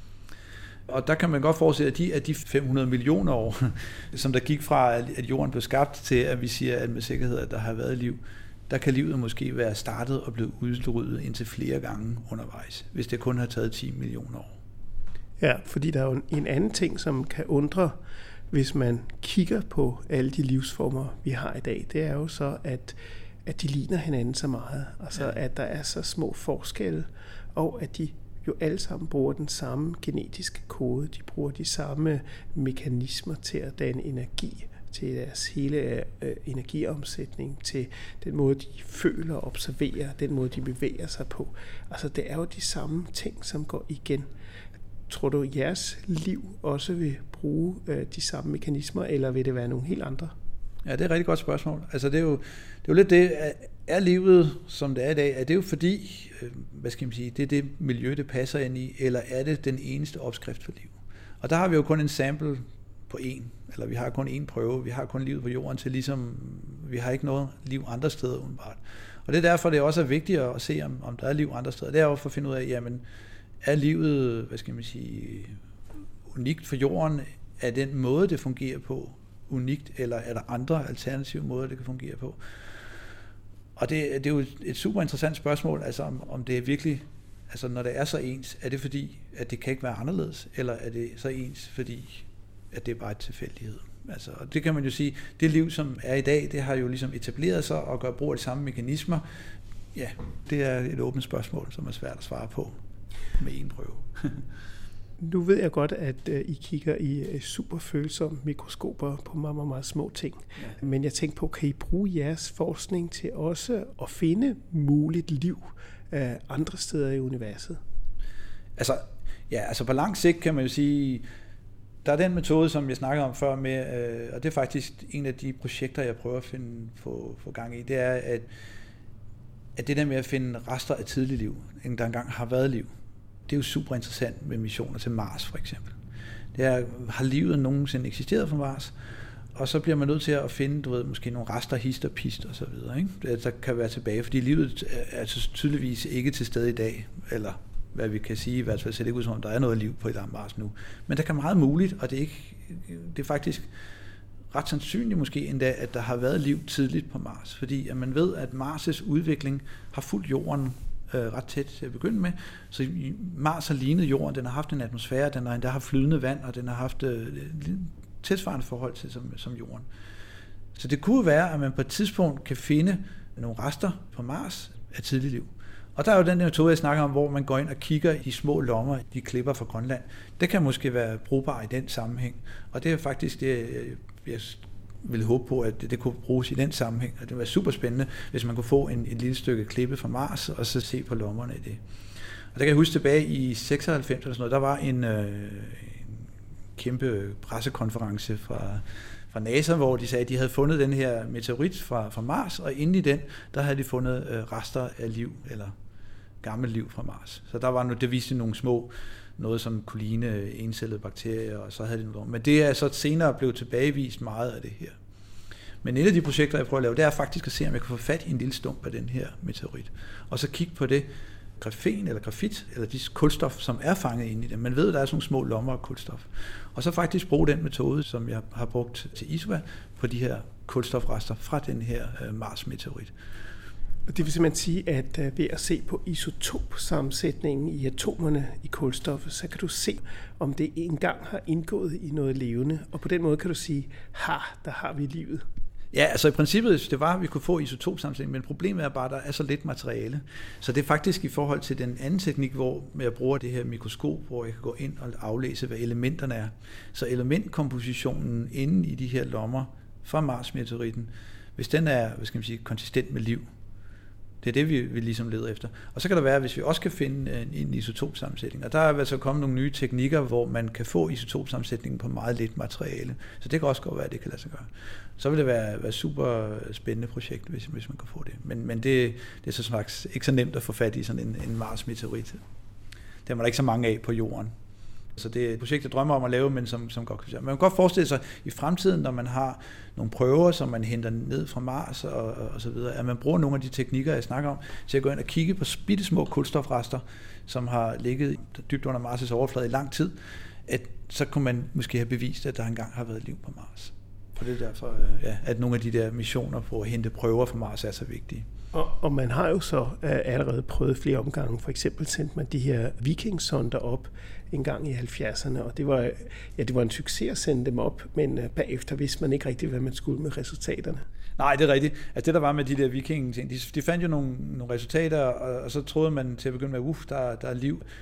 Og der kan man godt forestille, at de 500 millioner år, som der gik fra, at jorden blev skabt, til at vi siger, at med sikkerhed, at der har været liv, der kan livet måske være startet og blevet udryddet indtil flere gange undervejs, hvis det kun har taget 10 millioner år. Ja, fordi der er jo en anden ting, som kan undre, hvis man kigger på alle de livsformer, vi har i dag, det er jo så, at de ligner hinanden så meget. Altså, at der er så små forskelle, og at de jo alle sammen bruger den samme genetiske kode. De bruger de samme mekanismer til at danne energi til deres hele energiomsætning, til den måde, de føler og observerer, den måde, de bevæger sig på. Altså, det er jo de samme ting, som går igen. Tror du, at jeres liv også vil bruge de samme mekanismer, eller vil det være nogle helt andre? Ja, det er et rigtig godt spørgsmål. Altså, det er jo lidt det, er livet, som det er i dag, er det jo fordi, hvad skal man sige, det er det miljø, det passer ind i, eller er det den eneste opskrift for liv? Og der har vi jo kun en sample på én, eller vi har kun én prøve, vi har kun livet på jorden til ligesom, vi har ikke noget liv andre steder umiddelbart. Og det er derfor, det også er vigtigt at se, om der er liv andre steder. Det er jo for at finde ud af, jamen, er livet, hvad skal man sige, unikt for jorden? Er den måde, det fungerer på, unikt, eller er der andre alternative måder, det kan fungere på? Og det er jo et super interessant spørgsmål, altså om det er virkelig, altså når det er så ens, er det fordi, at det kan ikke være anderledes, eller er det så ens, fordi at det er bare et tilfældighed? Altså, og det kan man jo sige, det liv, som er i dag, det har jo ligesom etableret sig og gør brug af de samme mekanismer. Ja, det er et åbent spørgsmål, som er svært at svare på med en prøve. Nu ved jeg godt, at I kigger i super følsomme mikroskoper på meget, meget, meget små ting. Ja. Men jeg tænker på, kan I bruge jeres forskning til også at finde muligt liv andre steder i universet? Altså på lang sigt kan man jo sige, der er den metode, som jeg snakkede om før med, og det er faktisk en af de projekter, jeg prøver at få gang i, det er, at det der med at finde rester af tidlig liv, der engang har været liv, det er jo super interessant med missioner til Mars for eksempel. Det er, har livet nogensinde eksisteret på Mars? Og så bliver man nødt til at finde, måske nogle rester, hist og pist og så videre, ikke? Der kan være tilbage, fordi livet er tydeligvis ikke til stede i dag, eller hvad vi kan sige, i hvert fald ser det ikke ud som om, der er noget liv på Mars nu. Men der kan meget muligt, og det er faktisk ret sandsynligt måske endda, at der har været liv tidligt på Mars, fordi at man ved, at Mars' udvikling har fulgt jorden ret tæt til at begynde med. Så Mars har lignet jorden, den har haft en atmosfære, den har endda haft flydende vand, og den har haft tilsvarende forhold til som jorden. Så det kunne være, at man på et tidspunkt kan finde nogle rester på Mars af tidligt liv. Og der er jo den metode, jeg snakker om, hvor man går ind og kigger i de små lommer, de klipper fra Grønland. Det kan måske være brugbart i den sammenhæng. Og det er faktisk det, jeg ville håbe på, at det kunne bruges i den sammenhæng. Og det var super spændende, hvis man kunne få et lille stykke klippe fra Mars, og så se på lommerne i det. Og der kan jeg huske tilbage i 96 eller sådan noget, der var en kæmpe pressekonference fra NASA, hvor de sagde, at de havde fundet den her meteorit fra Mars, og inde i den, der havde de fundet rester af liv, eller gammelt liv fra Mars. Så der var det viste nogle små, noget som kunne ligne encellede bakterier, og så havde de noget. Men det er så senere blevet tilbagevist meget af det her. Men et af de projekter, jeg prøver at lave, det er faktisk at se, om jeg kan få fat i en lille stump af den her meteorit, og så kigge på det grafen eller grafit, eller de kulstof, som er fanget inde i det. Man ved, at der er sådan nogle små lommer af kulstof. Og så faktisk bruge den metode, som jeg har brugt til ISOVA, på de her kulstofrester fra den her Mars-meteorit. Det vil simpelthen sige, at ved at se på isotopsammensætningen i atomerne i kulstoffet, så kan du se, om det engang har indgået i noget levende. Og på den måde kan du sige, der har vi livet. Ja, altså i princippet, det var, at vi kunne få isotopsammensætning, men problemet er bare, at der er så lidt materiale. Så det er faktisk i forhold til den anden teknik, hvor jeg bruger det her mikroskop, hvor jeg kan gå ind og aflæse, hvad elementerne er. Så elementkompositionen inde i de her lommer fra Mars-meteoritten, hvis den er, konsistent med liv, det er det, vi ligesom leder efter. Og så kan der være, hvis vi også kan finde en isotopsammensætning. Og der er altså kommet nogle nye teknikker, hvor man kan få isotopsammensætningen på meget lidt materiale. Så det kan også godt være, at det kan lade sig gøre. Så vil det være super spændende projekt, hvis man kan få det. Men det er så slags ikke så nemt at få fat i sådan en Mars-meteorit. Der er der ikke så mange af på jorden. Så det er et projekt, jeg drømmer om at lave, men som godt kan man kan godt forestille sig i fremtiden, når man har nogle prøver, som man henter ned fra Mars og så videre, at man bruger nogle af de teknikker, jeg snakker om, til at gå ind og kigge på bittesmå kulstofrester, som har ligget dybt under Mars' overflade i lang tid, at så kunne man måske have bevist, at der engang har været liv på Mars. Og det er derfor, at nogle af de der missioner på at hente prøver fra Mars er så vigtige. Og man har jo så allerede prøvet flere omgange. For eksempel sendte man de her Viking-sonder op en gang i 70'erne, og det var en succes at sende dem op, men bagefter vidste man ikke rigtigt, hvad man skulle med resultaterne. Nej, det er rigtigt. Altså det, der var med de der Viking-ting, de fandt jo nogle resultater, og så troede man til at begynde med, der er liv.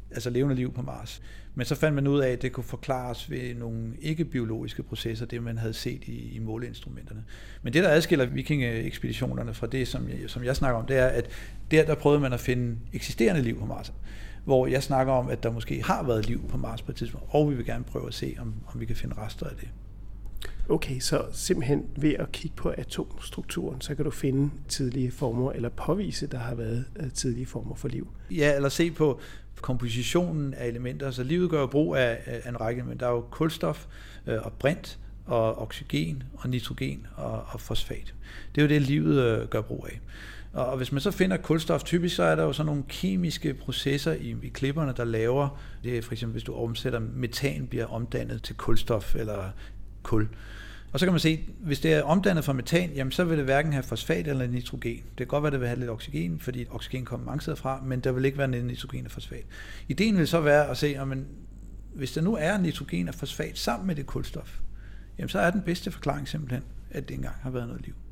altså levende liv på Mars. Men så fandt man ud af, at det kunne forklares ved nogle ikke-biologiske processer, det man havde set i måleinstrumenterne. Men det, der adskiller vikingeekspeditionerne fra det, som jeg snakker om, det er, at der prøvede man at finde eksisterende liv på Mars. Hvor jeg snakker om, at der måske har været liv på Mars på et tidspunkt, og vi vil gerne prøve at se, om vi kan finde rester af det. Okay, så simpelthen ved at kigge på atomstrukturen, så kan du finde tidlige former, eller påvise, der har været tidlige former for liv. Ja, eller se på kompositionen af elementer. Så livet gør brug af en række, men der er jo kulstof og brint og oxygen og nitrogen og fosfat. Det er jo det, livet gør brug af. Og hvis man så finder kulstof, typisk så er der jo sådan nogle kemiske processer i klipperne, der laver, det er for eksempel, hvis du omsætter metan, bliver omdannet til kulstof eller kul. Og så kan man se, hvis det er omdannet fra metan, jamen så vil det hverken have fosfat eller nitrogen. Det kan godt være, at det vil have lidt oxygen, fordi oxygen kommer mange steder fra, men der vil ikke være nitrogen og fosfat. Ideen vil så være at se, hvis der nu er nitrogen og fosfat sammen med det kulstof, jamen så er den bedste forklaring simpelthen, at det engang har været noget liv.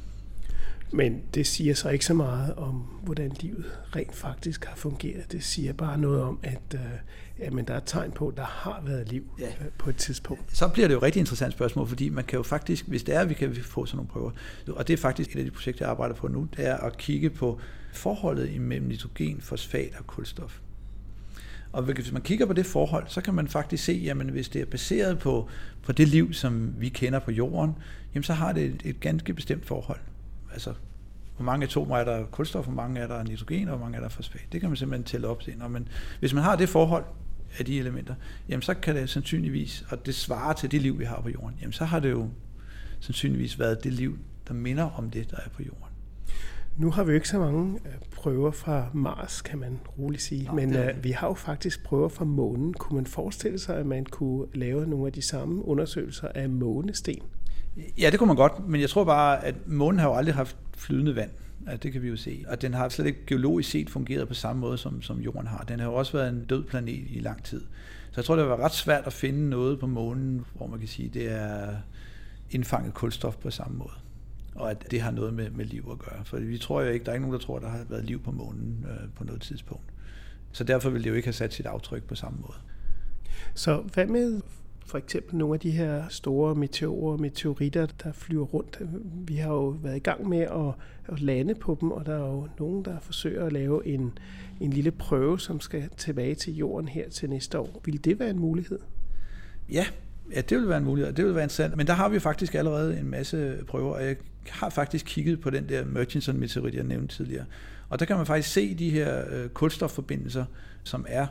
Men det siger så ikke så meget om, hvordan livet rent faktisk har fungeret. Det siger bare noget om, at der er tegn på, at der har været liv på et tidspunkt. Så bliver det jo et rigtig interessant spørgsmål, fordi man kan jo faktisk, hvis det er, vi kan få sådan nogle prøver, og det er faktisk et af de projekter, jeg arbejder på nu, det er at kigge på forholdet imellem nitrogen, fosfat og kulstof. Og hvis man kigger på det forhold, så kan man faktisk se, jamen hvis det er baseret på det liv, som vi kender på jorden, jamen så har det et ganske bestemt forhold. Altså, hvor mange atomer er der kulstof, hvor mange er der nitrogen, og hvor mange er der fosfat. Det kan man simpelthen tælle op til. Men hvis man har det forhold af de elementer, jamen så kan det sandsynligvis, og det svarer til det liv, vi har på jorden, jamen så har det jo sandsynligvis været det liv, der minder om det, der er på jorden. Nu har vi jo ikke så mange prøver fra Mars, kan man roligt sige, men vi har jo faktisk prøver fra månen. Kunne man forestille sig, at man kunne lave nogle af de samme undersøgelser af månesten? Ja, det kunne man godt, men jeg tror bare, at månen har jo aldrig haft flydende vand. Altså, det kan vi jo se. Og den har slet ikke geologisk set fungeret på samme måde, som jorden har. Den har jo også været en død planet i lang tid. Så jeg tror, det var ret svært at finde noget på månen, hvor man kan sige, det er indfanget kulstof på samme måde. Og at det har noget med liv at gøre. For vi tror jo ikke, der er ikke nogen, der tror, der har været liv på månen på noget tidspunkt. Så derfor vil det jo ikke have sat sit aftryk på samme måde. Så hvad med for eksempel nogle af de her store meteorer og meteoritter, der flyver rundt? Vi har jo været i gang med at lande på dem, og der er jo nogen, der forsøger at lave en lille prøve, som skal tilbage til jorden her til næste år. Vil det være en mulighed? Ja, det vil være en mulighed, og det vil være interessant. Men der har vi faktisk allerede en masse prøver, og jeg har faktisk kigget på den der Murchison-meteorit, jeg nævnte tidligere. Og der kan man faktisk se de her kulstofforbindelser, som er,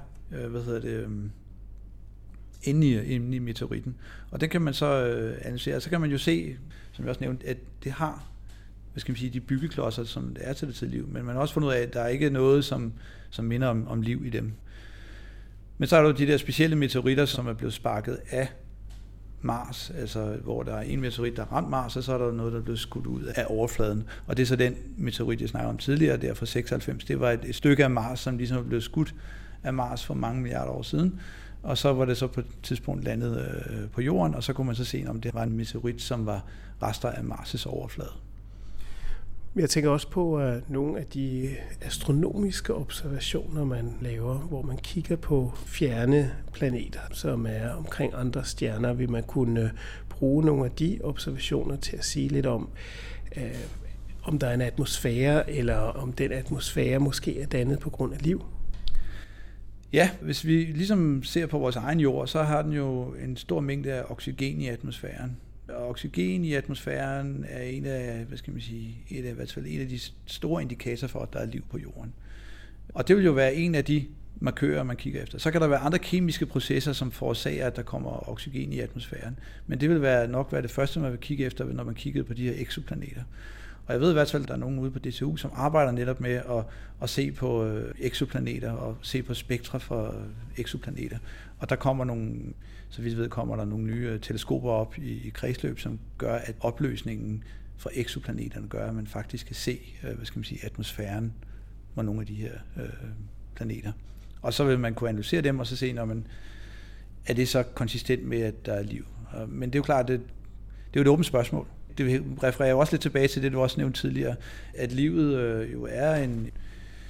inde i meteoritten. Og den kan man så analysere. Så kan man jo se, som jeg også nævnte, at det har, de byggeklodser, som det er til det tidlige liv. Men man har også fundet ud af, at der er ikke noget, som minder om liv i dem. Men så er der jo de der specielle meteoritter, som er blevet sparket af Mars, altså hvor der er en meteorit, der har ramt Mars, og så er der noget, der er blevet skudt ud af overfladen. Og det er så den meteorit, jeg snakker om tidligere, der fra 96. Det var et stykke af Mars, som ligesom er blevet skudt af Mars for mange milliarder år siden. Og så var det så på et tidspunkt landet på jorden, og så kunne man så se, om det var en meteorit, som var rester af Mars' overflade. Jeg tænker også på nogle af de astronomiske observationer, man laver, hvor man kigger på fjerne planeter, som er omkring andre stjerner. Vil man kunne bruge nogle af de observationer til at sige lidt om, om der er en atmosfære, eller om den atmosfære måske er dannet på grund af liv? Ja, hvis vi ligesom ser på vores egen jord, så har den jo en stor mængde af oxygen i atmosfæren. Og oxygen i atmosfæren er en af de store indikatorer for, at der er liv på jorden. Og det vil jo være en af de markører, man kigger efter. Så kan der være andre kemiske processer, som forårsager, at der kommer oxygen i atmosfæren. Men det vil nok være det første, man vil kigge efter, når man kiggede på de her eksoplaneter. Og jeg ved i hvert fald, at der er nogen ude på DTU, som arbejder netop med at se på eksoplaneter og se på spektra for eksoplaneter. Og der kommer nogle nye teleskoper op i kredsløb, som gør, at opløsningen fra eksoplaneterne gør, at man faktisk kan se, atmosfæren for nogle af de her planeter. Og så vil man kunne analysere dem og så se, er det så konsistent med, at der er liv. Men det er jo klart, det er jo et åbent spørgsmål. Det refererer jo også lidt tilbage til det, du også nævnte tidligere, at livet jo er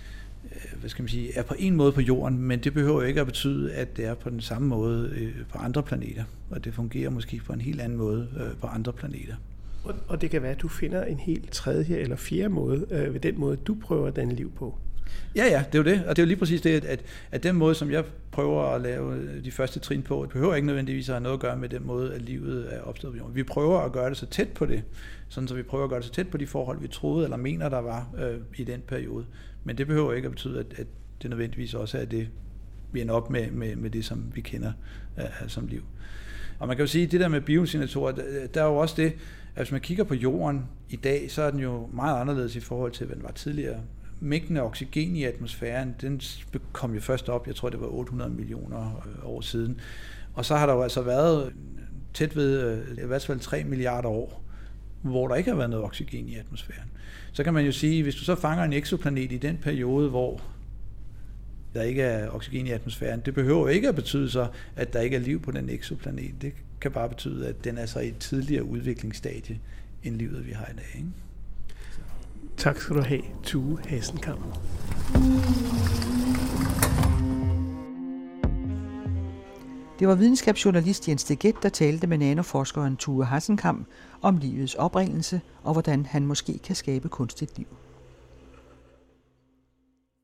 er på en måde på jorden, men det behøver ikke at betyde, at det er på den samme måde på andre planeter, og det fungerer måske på en helt anden måde på andre planeter. Og det kan være, at du finder en helt tredje eller fjerde måde ved den måde, du prøver at danne liv på. Ja, det er jo det, og det er jo lige præcis det, at den måde, som jeg prøver at lave de første trin på, det behøver ikke nødvendigvis at have noget at gøre med den måde, at livet er opstået på jorden. Vi prøver at gøre det så tæt på det, sådan så vi prøver at gøre det så tæt på de forhold, vi troede eller mener, der var i den periode. Men det behøver ikke at betyde, at det nødvendigvis også er det, vi ender op med det, som vi kender som liv. Og man kan jo sige, at det der med biosignaturer, der er jo også det, at hvis man kigger på jorden i dag, så er den jo meget anderledes i forhold til, hvad den var tidligere. Mængden af oxygen i atmosfæren, den kom jo først op, jeg tror det var 800 millioner år siden. Og så har der jo altså været tæt ved i hvert fald 3 milliarder år, hvor der ikke har været noget oxygen i atmosfæren. Så kan man jo sige, hvis du så fanger en eksoplanet i den periode, hvor der ikke er oxygen i atmosfæren, det behøver ikke at betyde så, at der ikke er liv på den eksoplanet. Det kan bare betyde, at den er så i et tidligere udviklingsstadie, end livet vi har i dag, ikke? Tak skal du have, Tue Hassenkam. Det var videnskabsjournalist Jens Deget, der talte med nanoforskeren Tue Hassenkam om livets oprindelse og hvordan han måske kan skabe kunstigt liv.